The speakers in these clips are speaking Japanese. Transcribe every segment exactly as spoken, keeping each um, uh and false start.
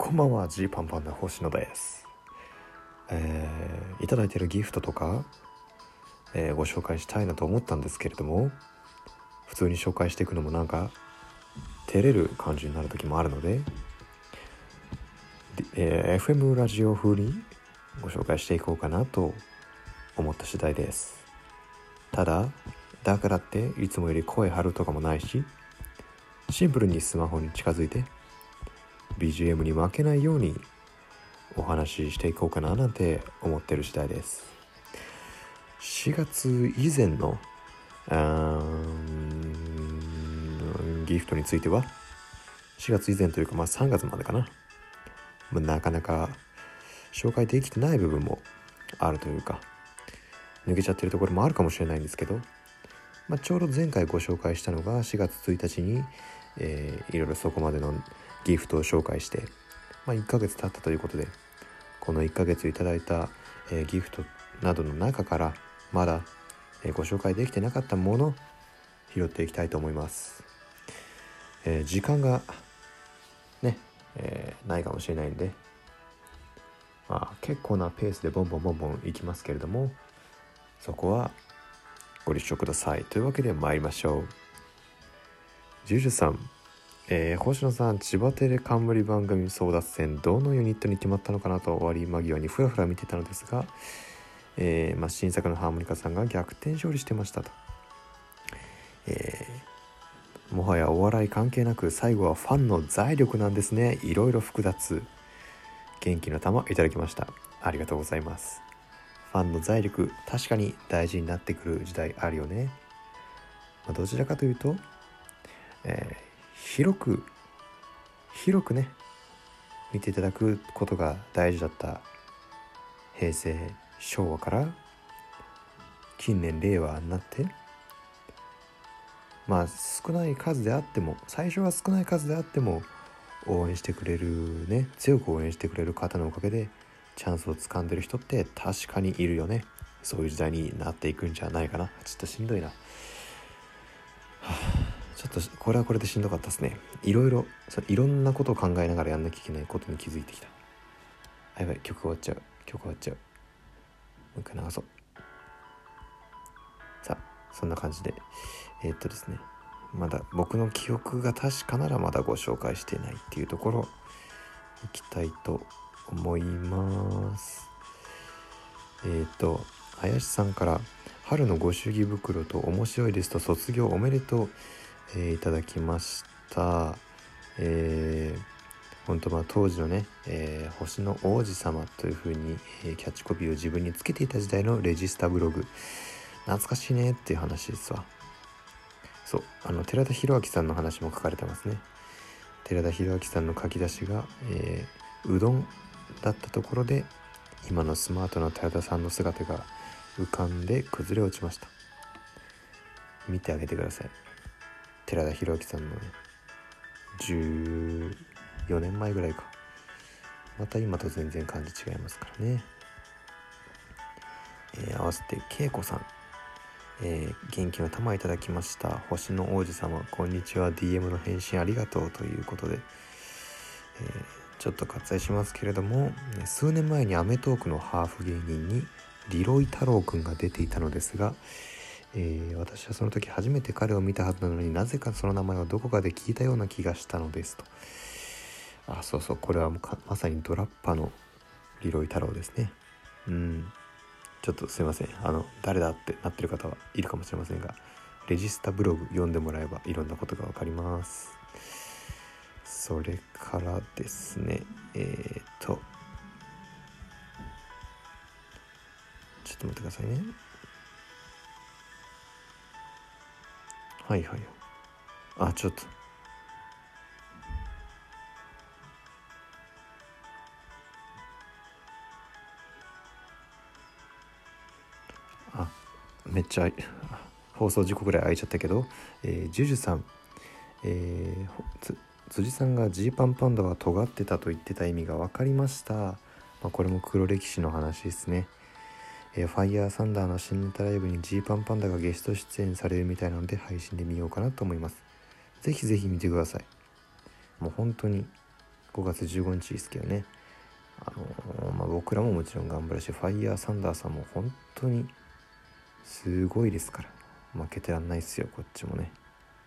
こんばんは、ジーパンパンダ星野です。えー、いただいているギフトとか、えー、ご紹介したいなと思ったんですけれども、普通に紹介していくのもなんか照れる感じになる時もあるので、えー、エフエム ラジオ風にご紹介していこうかなと思った次第です。ただだからっていつもより声張るとかもないし、シンプルにスマホに近づいて ビージーエム に負けないようにお話ししていこうかななんて思ってる次第です。しがつ以前のあギフトについては、しがつ以前というかまあさんがつまでかな、まあ、なかなか紹介できてない部分もあるというか、抜けちゃってるところもあるかもしれないんですけど、まあ、ちょうど前回ご紹介したのがしがつついたちに、えー、いろいろそこまでのギフトを紹介して、まあ、いっかげつ経ったということで、このいっかげついただいた、えー、ギフトなどの中からまだ、えー、ご紹介できてなかったものを拾っていきたいと思います。えー、時間がね、えー、ないかもしれないんで、まあ、結構なペースでボンボンボンボンいきますけれども、そこはご了承ください。というわけで参りましょう。ジュジュさん、えー、星野さん、千葉テレ冠番組争奪戦どのユニットに決まったのかなと終わり間際にふらふら見てたのですが、えーまあ、新作のハーモニカさんが逆転勝利してましたと、えー、もはやお笑い関係なく最後はファンの財力なんですね。いろいろ複雑。元気の玉いただきました。ありがとうございます。ファンの財力、確かに大事になってくる時代あるよね。まあ、どちらかというと、えー広く広くね見ていただくことが大事だった平成昭和から近年令和になって、まあ少ない数であっても最初は少ない数であっても応援してくれるね強く応援してくれる方のおかげでチャンスを掴んでる人って確かにいるよね。そういう時代になっていくんじゃないかな。ちょっとしんどいな、はあちょっとこれはこれでしんどかったですね。いろいろいろんなことを考えながらやんなきゃいけないことに気づいてきた。あ、やばい、曲終わっちゃう曲終わっちゃうもう一回流そう。さあそんな感じでえー、っとですねまだ僕の記憶が確かならまだご紹介していないっていうところいきたいと思います。えー、っと林さんから春のご祝儀袋と面白いですと卒業おめでとう、えー、いただきました。えー、本当まあ当時のね、えー、星の王子様という風に、えー、キャッチコピーを自分につけていた時代のレジスタブログ、懐かしいねっていう話ですわ。そう、あの寺田裕明さんの話も書かれてますね。寺田裕明さんの書き出しが、えー、うどんだったところで今のスマートな寺田さんの姿が浮かんで崩れ落ちました。見てあげてください。寺田裕明さんのねじゅうよねんまえぐらいか。また今と全然感じ違いますからね。えー、合わせて恵子さん、えー、元気の玉いただきました。星の王子様こんにちは、 ディーエム の返信ありがとうということで、えー、ちょっと割愛しますけれども、数年前にアメトーークのハーフ芸人にリロイ太郎くんが出ていたのですが、えー、私はその時初めて彼を見たはずなのになぜかその名前をどこかで聞いたような気がしたのですと。あ、そうそう、これはもうまさにドラッパのリロイ太郎ですね。うんちょっとすいません、あの誰だってなってる方はいるかもしれませんが、レジスタブログ読んでもらえばいろんなことがわかります。それからですねえー、っとちょっと待ってくださいね。はいはい、あ、ちょっとあめっちゃ放送事故ぐらい空いちゃったけど、えー、ジュジュさん、えー、辻さんがジーパンパンダは尖ってたと言ってた意味が分かりました。まあ、これも黒歴史の話ですね。えー、ファイヤーサンダーの新ネタライブにジーパンパンダがゲスト出演されるみたいなので配信で見ようかなと思います。ぜひぜひ見てください。もう本当にごがつじゅうごにちですけどね、あのーまあ、僕らももちろん頑張るし、ファイヤーサンダーさんも本当にすごいですから、負けてらんないっすよこっちもね。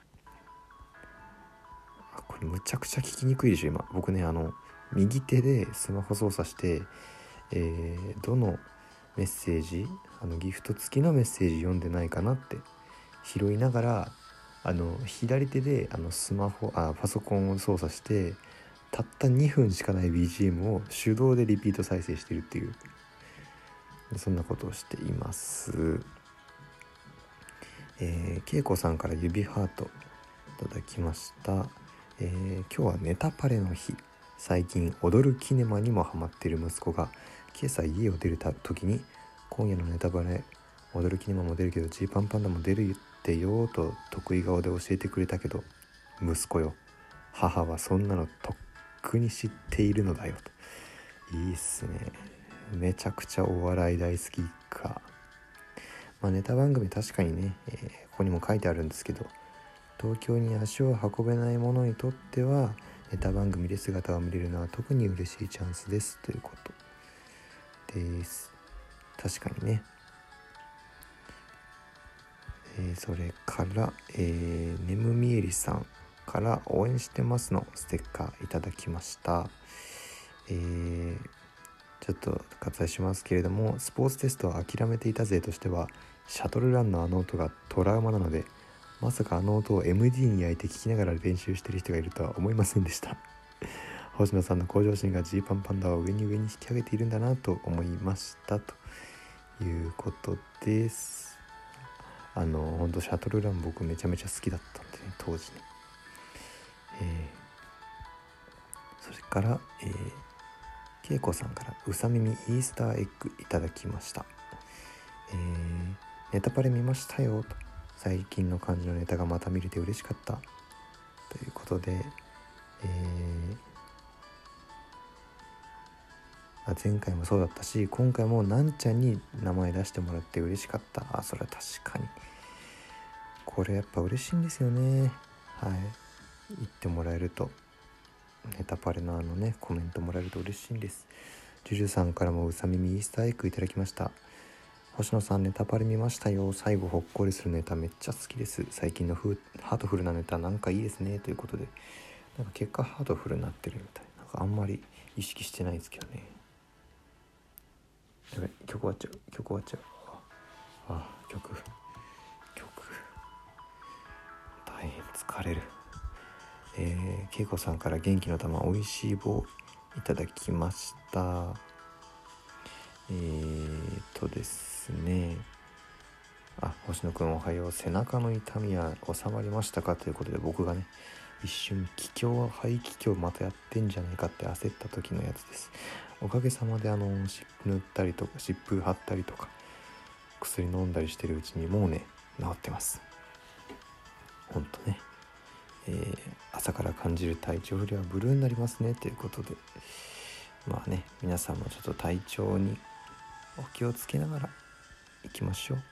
あ、これむちゃくちゃ聞きにくいでしょ今。僕ね、あの右手でスマホ操作して、えー、どのメッセージ、あのギフト付きのメッセージ読んでないかなって拾いながら、あの左手であのスマホあパソコンを操作して、たったにふんしかない ビージーエム を手動でリピート再生してるっていう、そんなことをしています。えー、けいこさんから指ハートいただきました。えー、今日はネタパレの日。最近踊るキネマにもハマっている息子が今朝家を出る時に、今夜のネタバレ踊るキネマも出るけどジーパンパンダも出るってよと得意顔で教えてくれたけど、息子よ、母はそんなのとっくに知っているのだよと。いいっすね。めちゃくちゃお笑い大好きか。まあネタ番組確かにね、えー、ここにも書いてあるんですけど、東京に足を運べない者にとってはネタ番組で姿を見れるのは特に嬉しいチャンスですということです。確かにね。えー、それから、えー、ネムミエリさんから応援してますのステッカーいただきました。えー、ちょっと割愛しますけれども、スポーツテストを諦めていた勢としてはシャトルランのあの音がトラウマなので、まさかあの音を エムディー に焼いて聞きながら練習している人がいるとは思いませんでした星野さんの向上心がジーパンパンダを上に上に引き上げているんだなと思いましたということです。あのほんとシャトルラン僕めちゃめちゃ好きだったんでね、当時ね。えー、それから、えー、けいこさんからうさ耳イースターエッグいただきました。えー、ネタパレ見ましたよと、最近の感じのネタがまた見れて嬉しかったということで、えー、前回もそうだったし、今回もなんちゃんに名前出してもらって嬉しかった。あ、それは確かにこれやっぱ嬉しいんですよね。はい、言ってもらえると、ネタパレのあのねコメントもらえると嬉しいんです。ジュジュさんからもうさ耳イースターエッグいただきました。星野さんネタパレ見ましたよ。最後ほっこりするネタめっちゃ好きです。最近のフハートフルなネタなんかいいですねということで、なんか結果ハートフルになってるみたい。なんかあんまり意識してないんですけどね。やばい、曲終わっちゃう曲終わっちゃうああ曲曲大変疲れる。えー、けいこさんから元気の玉おいしい棒いただきました。えーとですねあ、星野くんおはよう。背中の痛みは収まりましたかということで、僕がね一瞬気胸肺気胸またやってんじゃないかって焦った時のやつです。おかげさまであの湿布塗ったりとか湿布貼ったりとか薬飲んだりしてるうちにもうね治ってます。ほんとね、えー、朝から感じる体調不良はブルーになりますねということで、まあね皆さんもちょっと体調にお気をつけながらいきましょう。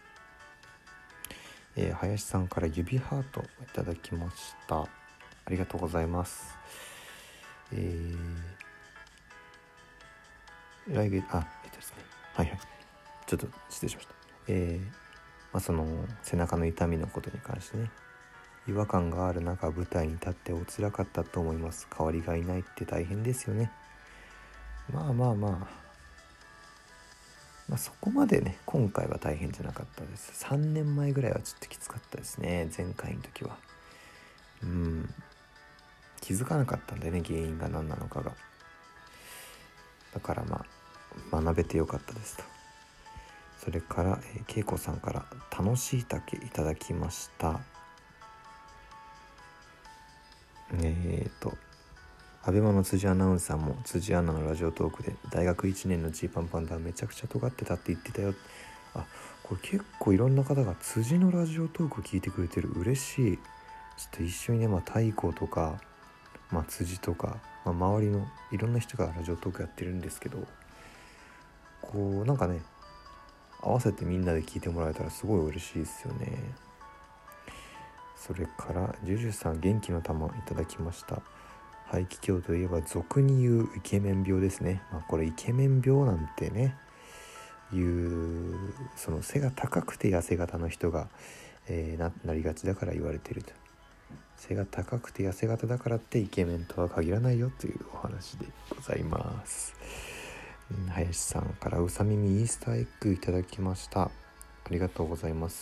えー、林さんから指ハートいただきました。ありがとうございます。えー、来月あえっとですねはいはいちょっと失礼しました。えー、まあその背中の痛みのことに関してね、違和感がある中舞台に立ってお辛かったと思います。代わりがいないって大変ですよね。まあまあまあまあそこまでね今回は大変じゃなかったです。さんねんまえぐらいはちょっときつかったですね、前回の時は。うん気づかなかったんだよね、原因が何なのかが。だからまあ学べてよかったですと。それから、えー、けいこさんから楽しい竹いただきました。えーとアベマの辻アナウンサーも辻アナのラジオトークで大学いちねんのジーパンパンダはめちゃくちゃ尖ってたって言ってたよ。あ、これ結構いろんな方が辻のラジオトーク聞いてくれてる。嬉しい。ちょっと一緒にね、まあ太鼓とか、まあ、辻とか、まあ、周りのいろんな人がラジオトークやってるんですけど、こうなんかね合わせてみんなで聞いてもらえたらすごい嬉しいですよね。それからジュジュさん元気の玉いただきました。 肺気胸といえば俗に言うイケメン病ですね。まあこれイケメン病なんてねいうその背が高くて痩せ型の人が、えー、な, なりがちだから言われていると。背が高くて痩せ型だからってイケメンとは限らないよというお話でございます。林さんからうさ耳イースターエッグいただきました。ありがとうございます。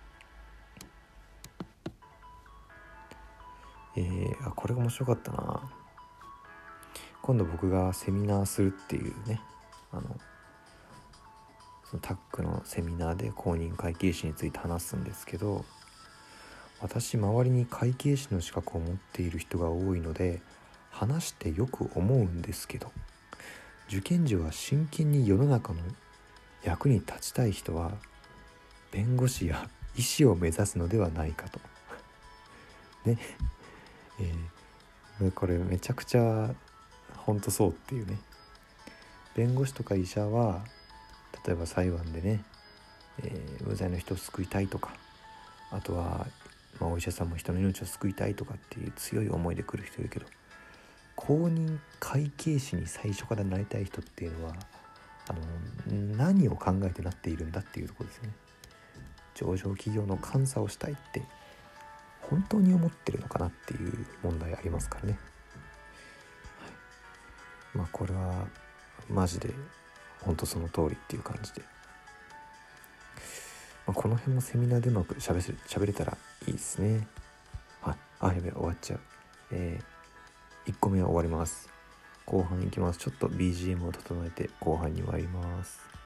えー、あこれが面白かったな。今度僕がセミナーするっていうね、あのそのタックのセミナーで公認会計士について話すんですけど、私周りに会計士の資格を持っている人が多いので話してよく思うんですけど、受験時は真剣に世の中の役に立ちたい人は弁護士や医師を目指すのではないかとね、えー、これめちゃくちゃ本当そうっていうね。弁護士とか医者は例えば裁判でね、えー、無罪の人を救いたいとか、あとは、まあ、お医者さんも人の命を救いたいとかっていう強い思いで来る人いるけど、公認会計士に最初からなりたい人っていうのはあの何を考えてなっているんだっていうところですよね。上場企業の監査をしたいって本当に思ってるのかなっていう問題ありますからね。はい、まあこれはマジで本当その通りっていう感じで、まあ、この辺もセミナーでうまくしゃべしゃべれたらいいですね。あ、あやべ終わっちゃう。えー、いっこめは終わります。後半いきます。ちょっと ビージーエム を整えて後半に参ります。